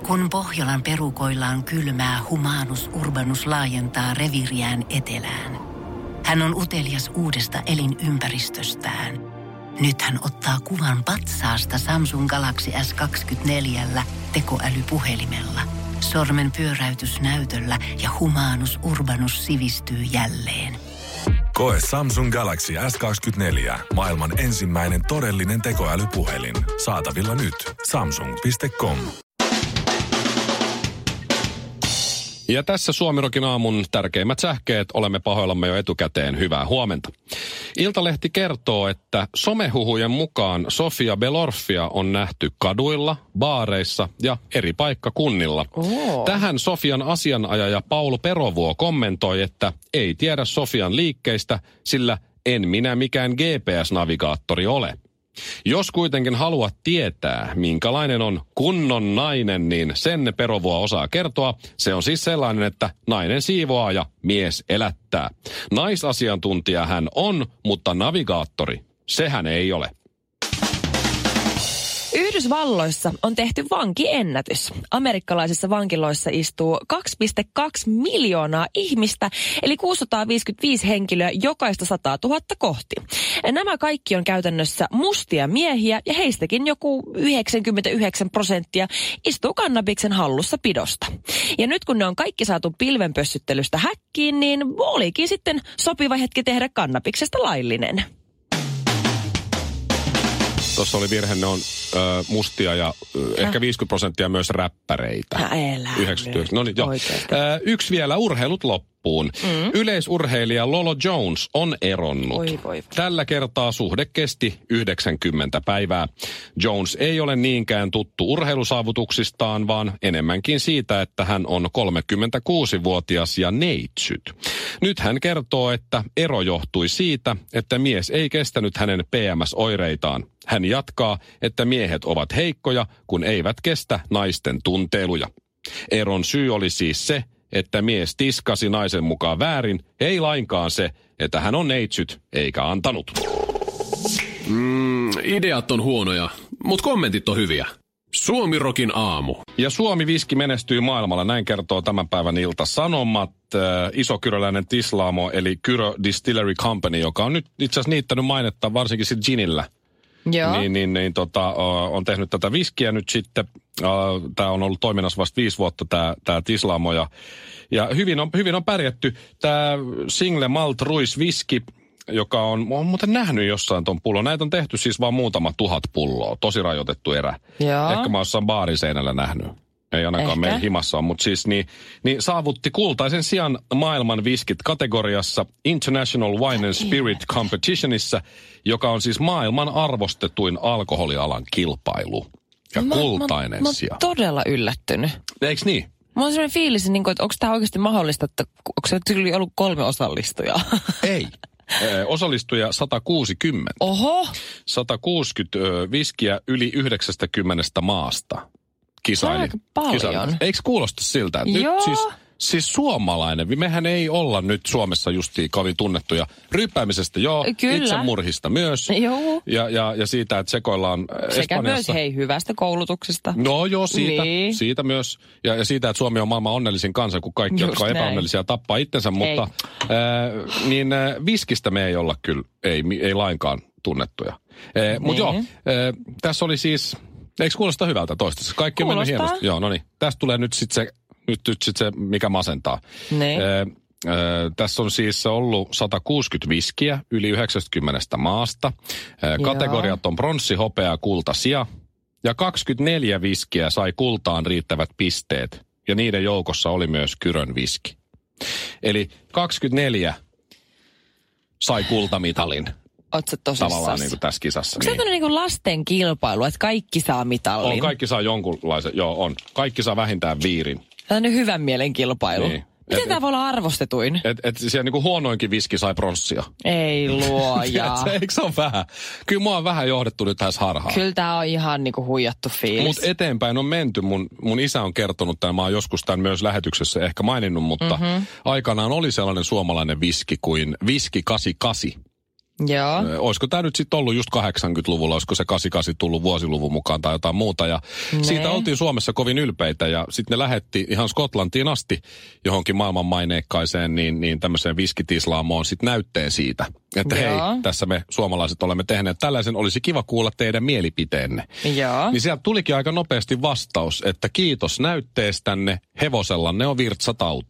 Kun Pohjolan perukoillaan kylmää, Humanus Urbanus laajentaa reviiriään etelään. Hän on utelias uudesta elinympäristöstään. Nyt hän ottaa kuvan patsaasta Samsung Galaxy S24 tekoälypuhelimella. Sormen pyöräytys näytöllä ja Humanus Urbanus sivistyy jälleen. Koe Samsung Galaxy S24. Maailman ensimmäinen todellinen tekoälypuhelin. Saatavilla nyt. Samsung.com. Ja tässä Suomirokin aamun tärkeimmät sähkeet. Olemme pahoillamme jo etukäteen. Hyvää huomenta. Iltalehti kertoo, että somehuhujen mukaan Sofia Belorfia on nähty kaduilla, baareissa ja eri paikkakunnilla. Tähän Sofian asianajaja Paul Perovuo kommentoi, että ei tiedä Sofian liikkeistä, sillä en minä mikään GPS-navigaattori ole. Jos kuitenkin haluat tietää, minkälainen on kunnon nainen, niin sen Perovuo osaa kertoa. Se on siis sellainen, että nainen siivoaa ja mies elättää. Naisasiantuntija hän on, mutta navigaattori, sehän ei ole. Yhdysvalloissa on tehty vankiennätys. Amerikkalaisissa vankiloissa istuu 2,2 miljoonaa ihmistä, eli 655 henkilöä jokaista 100 000 kohti. Nämä kaikki on käytännössä mustia miehiä ja heistäkin joku 99% istuu kannabiksen hallussa pidosta. Ja nyt kun ne on kaikki saatu pilvenpössyttelystä häkkiin, niin olikin sitten sopiva hetki tehdä kannabiksesta laillinen. Tuossa oli virhe, ne on mustia ja ehkä 50% myös räppäreitä. Älä 99. No niin, joo. Yksi vielä, urheilut loppuun. Yleisurheilija Lolo Jones on eronnut. Voi. Tällä kertaa suhde kesti 90 päivää. Jones ei ole niinkään tuttu urheilusaavutuksistaan, vaan enemmänkin siitä, että hän on 36-vuotias ja neitsyt. Nyt hän kertoo, että ero johtui siitä, että mies ei kestänyt hänen PMS-oireitaan. Hän jatkaa, että miehet ovat heikkoja, kun eivät kestä naisten tunteiluja. Eron syy oli siis se, että mies tiskasi naisen mukaan väärin, ei lainkaan se, että hän on neitsyt eikä antanut. Ideat on huonoja, mutta kommentit on hyviä. Suomirokin aamu. Ja Suomi-viski menestyy maailmalla, näin kertoo tämän päivän Ilta-Sanomat. Isokyröläinen tislaamo, eli Kyrö Distillery Company, joka on nyt itse asiassa niittänyt mainetta varsinkin sit ginillä. Joo. On tehnyt tätä viskiä nyt sitten. Tämä on ollut toiminnassa vasta 5 vuotta tämä tislaamo ja hyvin on pärjätty. Tämä Single Malt Ruiz Whisky, joka on muuten nähnyt jossain ton pullon. Näitä on tehty siis vaan muutama 1000 pulloa. Tosi rajoitettu erä. Joo. Ehkä mä oon jossain baarin seinällä nähnyt. Ei ainakaan meidän himassa on, mutta siis niin saavutti kultaisen sijan maailman viskit kategoriassa International Wine and Spirit Competitionissa, joka on siis maailman arvostetuin alkoholialan kilpailu. Ja kultainen sija. Mä oon todella yllättynyt. Eiks niin? Mä oon sellainen fiilis, että onko tämä oikeasti mahdollista, että onko se tyyli ollut 3 osallistujaa? Ei. Osallistujia 160. Oho! 160 viskiä yli 90 maasta. Kisaili. Aika paljon. Eikö kuulosta siltä, että joo. Nyt siis suomalainen, mehän ei olla nyt Suomessa justiin kovin tunnettuja ryyppäämisestä, joo, kyllä. Itsemurhista myös. Joo. Ja siitä, että sekoillaan sekä Espanjassa. Myös hyvästä koulutuksesta. No joo, siitä myös. Ja siitä, että Suomi on maailman onnellisin kansa, kun kaikki, just jotka on epäonnellisia, tappaa itsensä. Mutta viskistä me ei olla kyllä, ei lainkaan tunnettuja. Mutta joo, tässä oli siis... Eikö kuulosta hyvältä toistaiseksi? Kaikki on mennyt hienosti. Joo, no niin. Tästä tulee nyt sitten se, mikä masentaa. Tässä on siis ollut 160 viskiä yli 90 maasta. Kategoriat on pronssi, hopea, kulta, sija. Ja 24 viskiä sai kultaan riittävät pisteet. Ja niiden joukossa oli myös Kyrön viski. Eli 24 sai kultamitalin. Oot sä tosissaan? Tavallaan niin kuin tässä kisassa. Onko se niin kuin lasten kilpailu, että kaikki saa mitallin? On, kaikki saa jonkunlaisen, joo on. Kaikki saa vähintään viirin. Tämä on hyvän mielen kilpailu. Niin. Miten tämä voi olla arvostetuin? Siellä niinku huonoinkin viski sai pronssia. Ei luoja. Eikö se ole vähän? Kyllä mua on vähän johdettu nyt tässä harhaan. Kyllä tämä on ihan niinku huijattu fiilis. Mutta eteenpäin on menty. Mun isä on kertonut tämän, mä oon joskus tämän myös lähetyksessä ehkä maininnut, mutta aikanaan oli sellainen suomalainen viski kuin Viski 88. Joo. Olisiko tämä nyt sitten ollut just 80-luvulla, olisiko se 88 tullut vuosiluvun mukaan tai jotain muuta. Ja siitä oltiin Suomessa kovin ylpeitä ja sitten ne lähetti ihan Skotlantiin asti johonkin maailman maineikkaiseen niin tämmöiseen viskitislaamoon sitten näytteen siitä. Että hei, tässä me suomalaiset olemme tehneet tällaisen, olisi kiva kuulla teidän mielipiteenne. Joo. Niin sieltä tulikin aika nopeasti vastaus, että kiitos näytteestänne, hevosellanne on virtsatauti.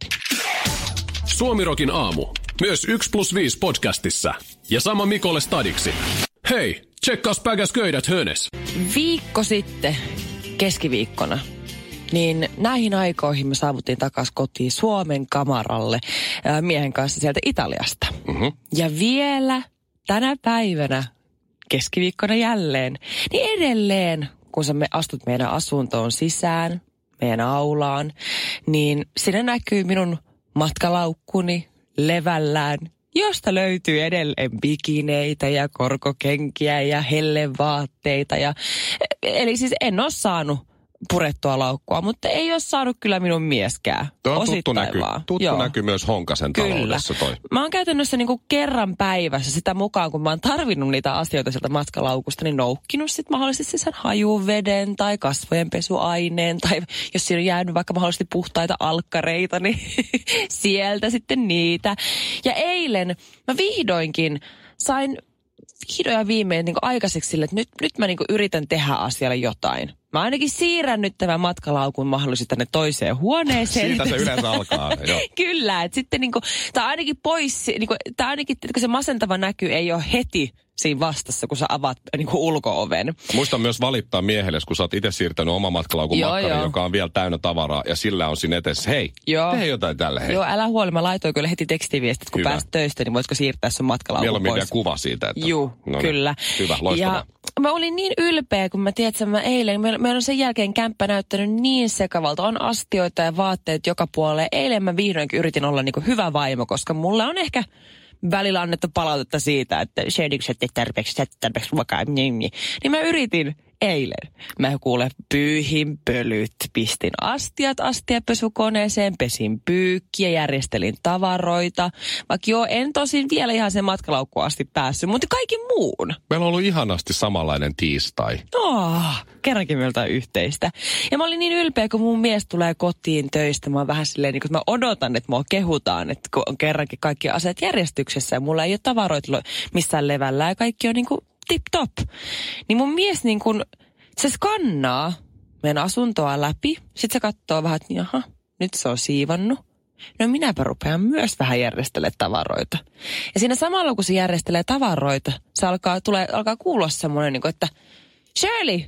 Suomirokin aamu. Myös 1+5 podcastissa. Ja sama Mikolle stadiksi. Hei, tsekkaus päkäs köydät hönes. Viikko sitten, keskiviikkona, niin näihin aikoihin me saavuttiin takaisin kotiin Suomen kamaralle miehen kanssa sieltä Italiasta. Mm-hmm. Ja vielä tänä päivänä, keskiviikkona jälleen, niin edelleen, kun sä astut meidän asuntoon sisään, meidän aulaan, niin siinä näkyy minun matkalaukkuni levällään, josta löytyy edelleen bikineitä ja korkokenkiä ja hellevaatteita. Eli siis en ole saanut purettua laukkua, mutta ei ole saanut kyllä minun mieskään. Tuo on tuttu näky myös Honkasen taloudessa toi. Mä oon käytännössä niinku kerran päivässä sitä mukaan, kun mä oon tarvinnut niitä asioita sieltä matkalaukusta, niin noukkinut sit mahdollisesti sen hajuveden tai kasvojenpesuaineen tai jos siinä on jäänyt vaikka mahdollisesti puhtaita alkkareita, niin sieltä sitten niitä. Ja eilen mä vihdoinkin sain ja viimein niin aikaiseksi sille, että nyt mä niin yritän tehdä asialle jotain. Mä ainakin siirrän nyt tämän matkalaukun mahdollisesti tänne toiseen huoneeseen. Siitä se yleensä alkaa, joo. Kyllä, että sitten tai ainakin pois, tai ainakin se masentava näky ei ole heti siinä vastassa, kun sä avaat ulko-oven. Muista myös valittaa miehelle, kun sä oot itse siirtänyt oman matkalaukun makkarin, joka on vielä täynnä tavaraa, ja sillä on siinä edessä, hei, tee jotain tälle, hei. Joo, älä huoli, mä laitoin kyllä heti tekstiviestit, kun pääsit töistä, niin voisiko siirtää sun matkalaukun pois. Mieluummin vielä kuva siitä. Että, kyllä. Hyvä, loistavaa. Ja mä olin niin ylpeä, kun mä eilen, meillä on sen jälkeen kämppä näyttänyt niin sekavalta. On astioita ja vaatteet joka puolelle. Eilen mä vihdoinkin yritin olla hyvä vaimo, koska mulla on ehkä välillä annettu palautetta siitä, että shadingset ei tarpeeksi vakaa. Niin mä yritin eilen. Mä kuulen pyyhin pölyt, pistin astiat astiapesukoneeseen, pesin pyykkiä, järjestelin tavaroita. Vaikka en tosin vielä ihan sen matkalaukkuun asti päässyt, mutta kaikki muun. Meillä on ollut ihanasti samanlainen tiistai. Kerrankin meiltä on yhteistä. Ja mä olin niin ylpeä, kun mun mies tulee kotiin töistä. Mä oon vähän silleen, niin kun mä odotan, että mua kehutaan, että kun on kerrankin kaikki asiat järjestyksessä ja mulla ei ole tavaroita missään levällä ja kaikki on tip-top. Niin mun mies se skannaa meidän asuntoa läpi. Sitten se katsoo vähän, että jaha, nyt se on siivannut. No minäpä rupean myös vähän järjestelemään tavaroita. Ja siinä samalla kun se järjestelee tavaroita, se alkaa kuulua semmoinen, että Shirley,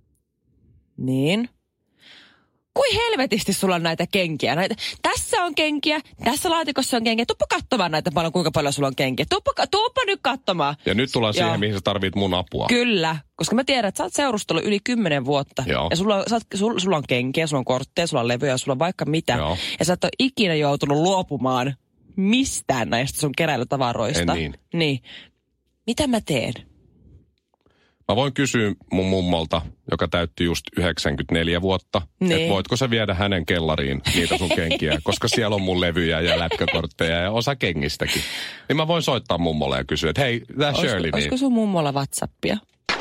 niin? Kuin helvetisti sulla on näitä kenkiä? Tässä on kenkiä, tässä laatikossa on kenkiä. Tuuppa katsomaan näitä paljon, kuinka paljon sulla on kenkiä. Tuuppa nyt katsomaan. Ja nyt tullaan siihen, mihin sä tarvit mun apua. Kyllä, koska mä tiedän, että sä oot seurustellut yli 10 vuotta. Joo. Ja sulla on kenkiä, sulla on kortteja, sulla on levyjä, sulla on vaikka mitä. Joo. Ja sä et ole ikinä joutunut luopumaan mistään näistä sun keräilytavaroista. Niin. Mitä mä teen? Mä voin kysyä mun mummolta, joka täytti just 94 vuotta, että voitko sä viedä hänen kellariin niitä sun kenkiä, koska siellä on mun levyjä ja lätkäkortteja ja osa kengistäkin. Niin mä voin soittaa mummolle ja kysyä, että hei, tää Shirley niin. Olisiko sun mummolla WhatsAppia?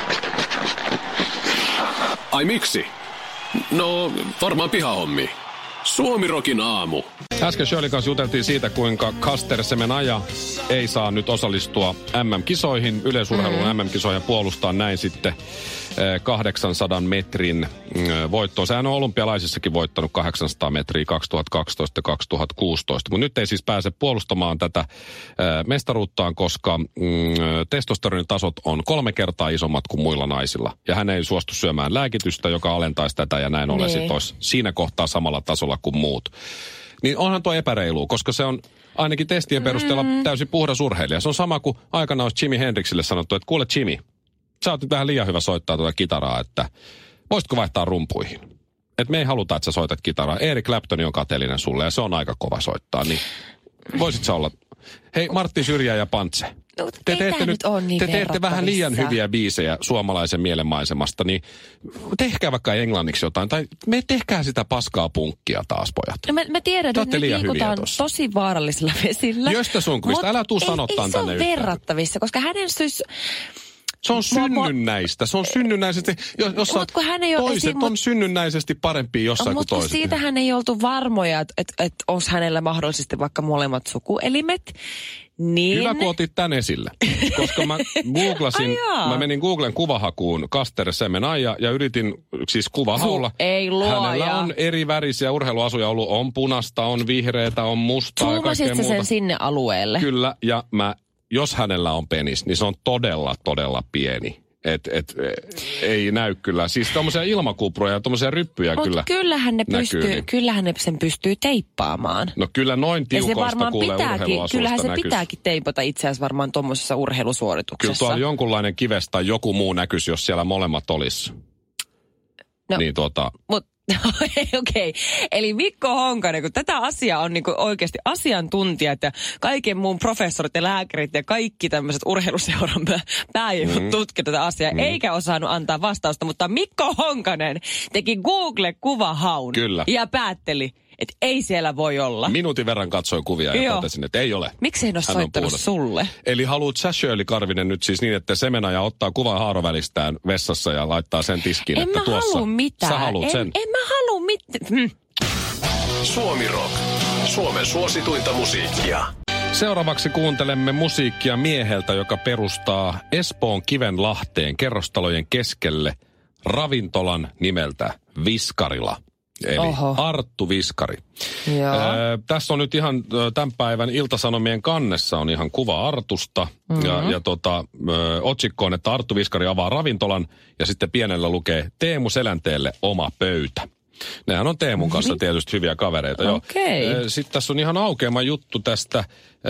Ai miksi? No, varmaan pihahommi. Suomirokin aamu. Äsken Shirley kanssa juteltiin siitä, kuinka Caster Semenya ei saa nyt osallistua MM-kisoihin, yleisurheilun MM-kisoihin ja puolustaa näin sitten 800 metrin voittoa. Sehän on olympialaisissakin voittanut 800 metriä 2012 ja 2016, mutta nyt ei siis pääse puolustamaan tätä mestaruuttaan, koska testosteronin tasot on 3 kertaa isommat kuin muilla naisilla. Ja hän ei suostu syömään lääkitystä, joka alentaisi tätä ja näin ollen sitten olisi siinä kohtaa samalla tasolla kuin muut. Niin onhan tuo epäreilu, koska se on ainakin testien perusteella täysin puhdas urheilija. Se on sama kuin aikanaan olisi Jimi Hendrixille sanottu, että kuule Jimi, sä oot nyt vähän liian hyvä soittaa tuota kitaraa, että voisitko vaihtaa rumpuihin? Että me ei haluta, että sä soitat kitaraa. Eric Clapton on kateellinen sulle ja se on aika kova soittaa, niin voisit sä olla. Hei Martti Syrjä ja Pantse, Te teette vähän liian hyviä biisejä suomalaisen mielenmaisemasta, niin tehkää vaikka englanniksi jotain, tai me tehkää sitä paskaa punkkia taas, pojat. Mä tiedän, että nyt liikutaan tosi vaarallisilla vesillä. Gösta Sundqvist, älä tuu sanottaan tänne yhtään. Ei se ole verrattavissa, koska hänen Se on synnynnäistä. Se on synnynnäisesti, jos toiset on synnynnäisesti parempia jossain kuin toiset. Mutta siitähän ei oltu varmoja, että onko hänellä mahdollisesti vaikka molemmat sukuelimet. Niin. Hyvä, kun otit tämän esille. Koska mä googlasin, mä menin Googlen kuvahakuun Kaster Semenaja ja yritin siis kuvahaulla. Ei luoja. Hänellä on eri värisiä urheiluasuja ollut. On punasta, on vihreätä, on mustaa ja kaikkea muuta. sen sinne alueelle? Kyllä, ja jos hänellä on penis, niin se on todella, todella pieni. Ei näy kyllä. Siis tommosia ilmakupruja ja tommosia ryppyjä kyllä kyllähän ne sen pystyy teippaamaan. No kyllä noin tiukoista kuulee urheiluasusta kyllähän se pitääkin teipata itse asiassa varmaan tuommoisessa urheilusuorituksessa. Kyllä tuolla jonkunlainen kives tai joku muu näkyisi, jos siellä molemmat olisi. No, niin Okei. Eli Mikko Honkanen, kun tätä asiaa on niinku oikeasti asiantuntijat ja kaiken muun professorit ja lääkärit ja kaikki tämmöiset urheiluseuran pääjävät tutkivat tätä asiaa, eikä osannut antaa vastausta, mutta Mikko Honkanen teki Google-kuvahaun ja päätteli, että ei siellä voi olla. Minuutin verran katsoin kuvia ja totesin, että ei ole. Miksi en ole soittanut sulle? Eli haluat sä, Shirley Karvinen, nyt siis niin, että Semenaja ottaa kuvan haarovälistään vessassa ja laittaa sen tiskiin, en että mä tuossa. Halua mitään. Sä haluut sen. En mä halua mitään. Suomi Rock. Suomen suosituinta musiikkia. Seuraavaksi kuuntelemme musiikkia mieheltä, joka perustaa Espoon Kivenlahteen kerrostalojen keskelle ravintolan nimeltä Viskarila. Eli Arttu Viskari. Tässä on nyt ihan tämän päivän Ilta-Sanomien kannessa on ihan kuva Artusta. Ja otsikko on, että Arttu Viskari avaa ravintolan ja sitten pienellä lukee Teemu Selänteelle oma pöytä. Nehän on Teemun kanssa tietysti hyviä kavereita. Sitten tässä on ihan aukeama juttu tästä.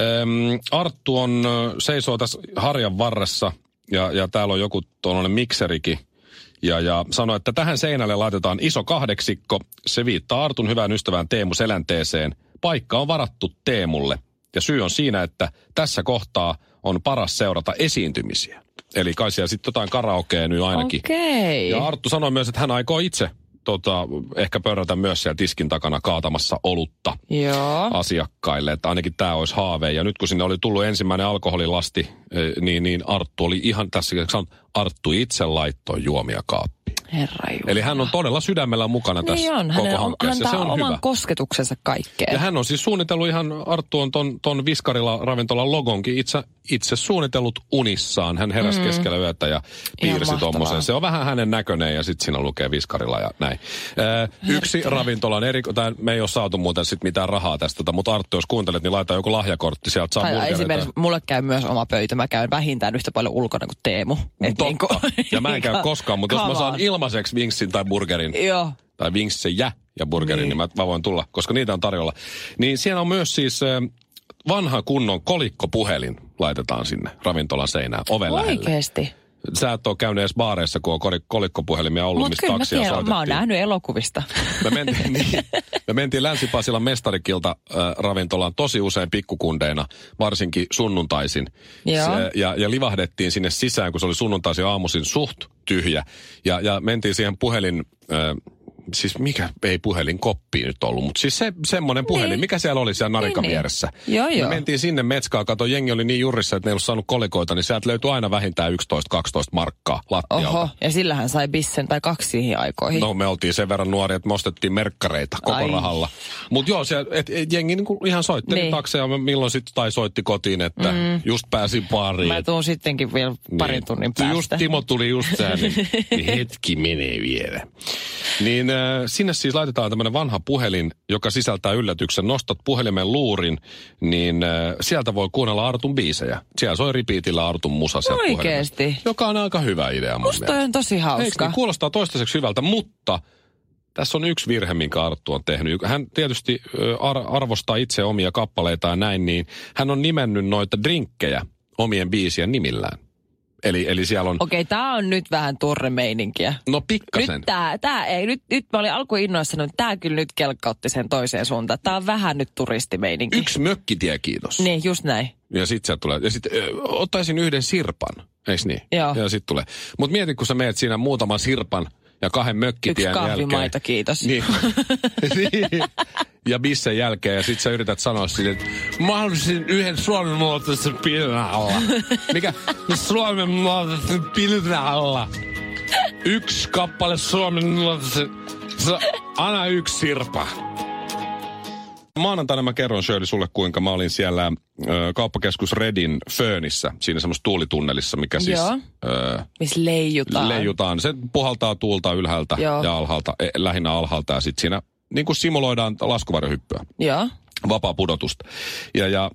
Arttu seisoo tässä harjan varressa ja täällä on joku tuollainen mikserikin. Ja sanoi, että tähän seinälle laitetaan iso 8. Se viittaa Artun hyvään ystävään Teemu Selänteeseen. Paikka on varattu Teemulle. Ja syy on siinä, että tässä kohtaa on paras seurata esiintymisiä. Eli kai siellä sitten jotain karaokea nyt ainakin. Ja Arttu sanoi myös, että hän aikoo itse ehkä pörrätä myös siellä tiskin takana kaatamassa olutta asiakkaille. Että ainakin tämä olisi haave. Ja nyt kun sinne oli tullut ensimmäinen alkoholilasti, niin Arttu oli ihan tässä, Arttu itse laittoi juomia kaappiin. Eli hän on todella sydämellä mukana tässä koko hankkeessa. Hän se on oman hyvä. kosketuksensa kaikkeen. Ja hän on siis suunnitellut Arttu on ton Viskarila ravintolan logonkin itse suunnitellut unissaan. Hän heräsi keskellä yötä ja piirsi tommosen. Se on vähän hänen näköinen ja sitten siinä lukee Viskarila ja näin. Yksi ravintolan me ei ole saatu muuten sit mitään rahaa tästä, mutta Arttu, jos kuuntelet, niin laita joku lahjakortti. Sieltä saa burgereita. Esimerkiksi mulle käy myös oma pöytä. Mä käyn vähintään yhtä paljon ulkona kuin Teemu. Totta. Ja mä en käy koskaan, mutta jos mä saan ilmaiseksi vinksin tai burgerin, tai vinksejä ja burgerin, niin mä voin tulla, koska niitä on tarjolla. Niin siellä on myös siis vanha kunnon kolikkopuhelin laitetaan sinne ravintolan seinään oven lähelle. Oikeesti? Sä et ole käynyt edes baareissa, kun on kolikkopuhelimia ollut, mistä taksia soitettiin. Mutta kyllä mä oon nähnyt elokuvista. Me mentiin Länsi-Pasilan Mestarikilta ravintolaan tosi usein pikkukundeina, varsinkin sunnuntaisin. Ja livahdettiin sinne sisään, kun se oli sunnuntaisin aamuisin suht tyhjä. Ja mentiin siihen puhelin... Siis mikä ei puhelinkoppi nyt ollut, mutta siis semmoinen puhelin, mikä siellä oli siellä narikan vieressä. Me mentiin sinne metskaan, jengi oli niin jurissa, että ne ei ollut saanut kolikoita, niin sieltä löytyi aina vähintään 11-12 markkaa lattialta. Oho, ja sillähän sai bissen tai 2 siihen aikoihin. No me oltiin sen verran nuoria, että me ostettiin merkkareita koko rahalla. Mutta jengi niinku ihan soitteli takseja, milloin sitten tai soitti kotiin, että just pääsin baariin. Mä tuun sittenkin vielä parin tunnin päästä. Just Timo tuli just sään, niin hetki menee vielä. Niin sinne siis laitetaan tämmöinen vanha puhelin, joka sisältää yllätyksen. Nostat puhelimen luurin, niin sieltä voi kuunnella Artun biisejä. Siellä soi repeatillä Artun musa sieltä oikeesti? Joka on aika hyvä idea mun mielestä. Musta on tosi hauska. Eikö, niin kuulostaa toistaiseksi hyvältä, mutta tässä on yksi virhe, minkä Arttu on tehnyt. Hän tietysti arvostaa itse omia kappaleitaan näin, niin hän on nimennyt noita drinkkejä omien biisien nimillään. Eli siellä on... Okei, tää on nyt vähän turremeininkiä. No pikkasen. Nyt mä olin alkuun innoissani, että tää kyllä nyt kelkkautti sen toiseen suuntaan. Tää on vähän nyt turistimeininki. Yksi mökkitie, kiitos. Niin, just näin. Ja sit sieltä tulee. Ja sit ottaisin yhden sirpan, eiks niin? Joo. Ja sit tulee. Mut mieti, kun sä meet siinä muutaman sirpan ja 2 mökkitien jälkeen. 1 kahvimaito, kiitos. Niin. Ja bissen jälkeen, ja sit sä yrität sanoa sille, että mä haluaisin yhden suomenmuotoisen pilven alla. Mikä? Suomenmuotoisen pilven alla. 1 kappale suomenmuotoisen. Anna 1 sirpa. Maanantaina mä kerron, Shirley, sulle, kuinka mä olin siellä kauppakeskus Redin Fönissä, siinä semmoisessa tuulitunnelissa, mikä siis... missä leijutaan. Leijutaan. Se puhaltaa tuulta ylhäältä ja alhaalta, lähinnä alhaalta, ja sitten siinä niin kuin simuloidaan laskuvarjohyppyä. Joo. Vapaa pudotusta. Ja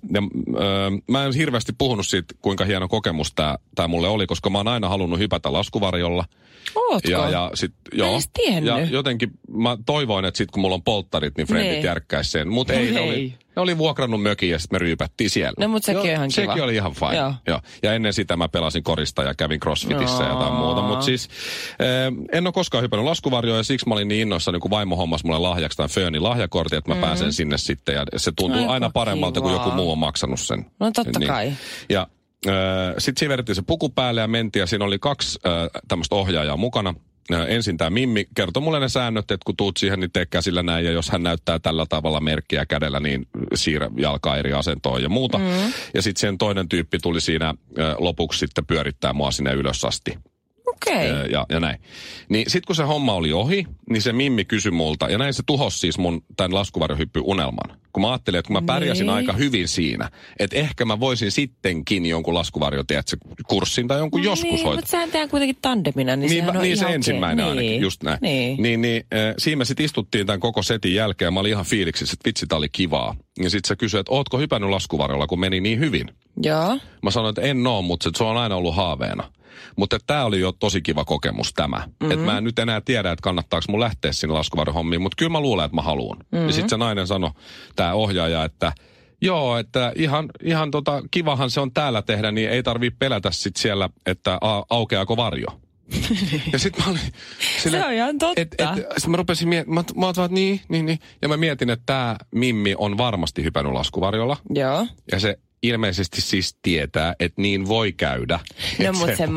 mä en hirveästi puhunut siitä, kuinka hieno kokemus tää mulle oli, koska mä oon aina halunnut hypätä laskuvarjolla. Ootko? Ja sit, joo. Mä en tiennyt. Ja jotenkin mä toivoin, että sit kun mulla on polttarit, niin frendit järkkäis sen. Mut ei, ne oli vuokrannut mökin ja sit me ryypättiin siellä. No mut sekin on ihan kiva. Sekin oli ihan fine. Joo. Ja ennen sitä mä pelasin korista ja kävin crossfitissä ja jotain muuta. Mut siis en ole koskaan hypännyt laskuvarjoa ja siksi mä olin niin innoissani, kun vaimo hommas mulle lahjaksi tämän Fönin lahjakortin, että mä pääsen sinne sitten. Ja se tuntuu aina paremmalta, kun joku muu on maksanut sen. No totta kai. Ja sitten siinä vedettiin se puku päälle ja mentiin ja siinä oli 2 tämmöistä ohjaajaa mukana. Ensin tämä Mimmi kertoi mulle ne säännöt, että kun tuut siihen, niin tee käsillä näin ja jos hän näyttää tällä tavalla merkkiä kädellä, niin siirrä jalkaa eri asentoon ja muuta. Ja sitten sen toinen tyyppi tuli siinä lopuksi sitten pyörittää mua sinne ylös asti. Okei. Ja näin. Niin sit kun se homma oli ohi, niin se Mimmi kysyi multa, ja näin se tuhosi siis mun tämän laskuvarjohyppy-unelman. Kun mä ajattelin, että kun mä pärjäsin aika hyvin siinä, että ehkä mä voisin sittenkin jonkun laskuvarjo, tiedätkö, kurssin tai jonkun joskus hoitaa. Mutta sehän tehdään kuitenkin tandemina, niin sehän on niin ihan se ensimmäinen ainakin, just näin. Niin, siinä me sit istuttiin tämän koko setin jälkeen, ja mä olin ihan fiiliksissä, että vitsi, tää oli kivaa. Ja sit se kysyi, että ootko hypännyt laskuvarjolla, kun meni niin hyvin? Joo. Mä sanoin, että en oo, mutta se on aina ollut haaveena. Mutta tämä oli jo tosi kiva kokemus tämä. Että mä en nyt enää tiedä, että kannattaako mun lähteä sinne laskuvarjohommiin, mutta kyllä mä luulen, että mä haluan. Ja sitten se nainen sanoi, tämä ohjaaja, että joo, että ihan kivahan se on täällä tehdä, niin ei tarvii pelätä sit siellä, että aukeaako varjo. Ja sit mä olin... Se on ihan totta. Sitten mä rupesin miettimään, mä oon vaan niin. Ja mä mietin, että tämä Mimmi on varmasti hypännyt laskuvarjolla. Joo. Ja se ilmeisesti siis tietää, että niin voi käydä. No mutta se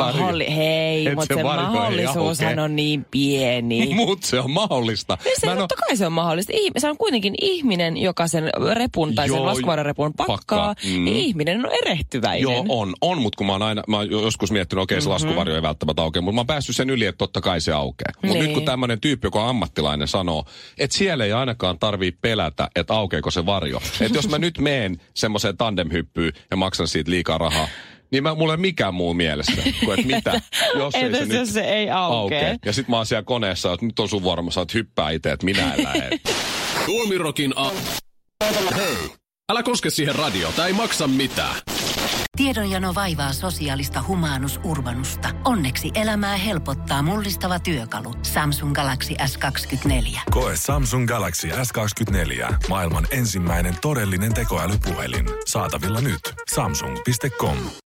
mahdollisuushan on niin pieni. Mutta se on mahdollista. Totta kai se on mahdollista. Se on kuitenkin ihminen, joka sen repun tai sen laskuvarjorepun pakkaa. Niin ihminen on erehtyväinen. Joo, on. Mutta kun mä oon joskus miettinyt, okei, se laskuvarjo ei välttämättä aukea. Mutta mä oon päässyt sen yli, että totta kai se aukeaa. Mutta nyt kun tämmöinen tyyppi, joka on ammattilainen, sanoo, että siellä ei ainakaan tarvii pelätä, että aukeako se varjo. Että jos mä nyt meen semmoiseen tandemhyppyyn ja maksan siitä liikaa rahaa, niin mulla ei ole mikään muu mielessä kuin, että mitä, jos ei se nyt se ei aukee. Ja sit mä oon siellä koneessa, että nyt on sun vuoro, mä saat hyppää itse, että minä en lähde. Suomirokin Hei, älä koske siihen radioon, tää ei maksa mitään. Tiedonjano vaivaa sosiaalista humanus urbanusta. Onneksi elämää helpottaa mullistava työkalu. Samsung Galaxy S24. Koe Samsung Galaxy S24. Maailman ensimmäinen todellinen tekoälypuhelin. Saatavilla nyt. Samsung.com.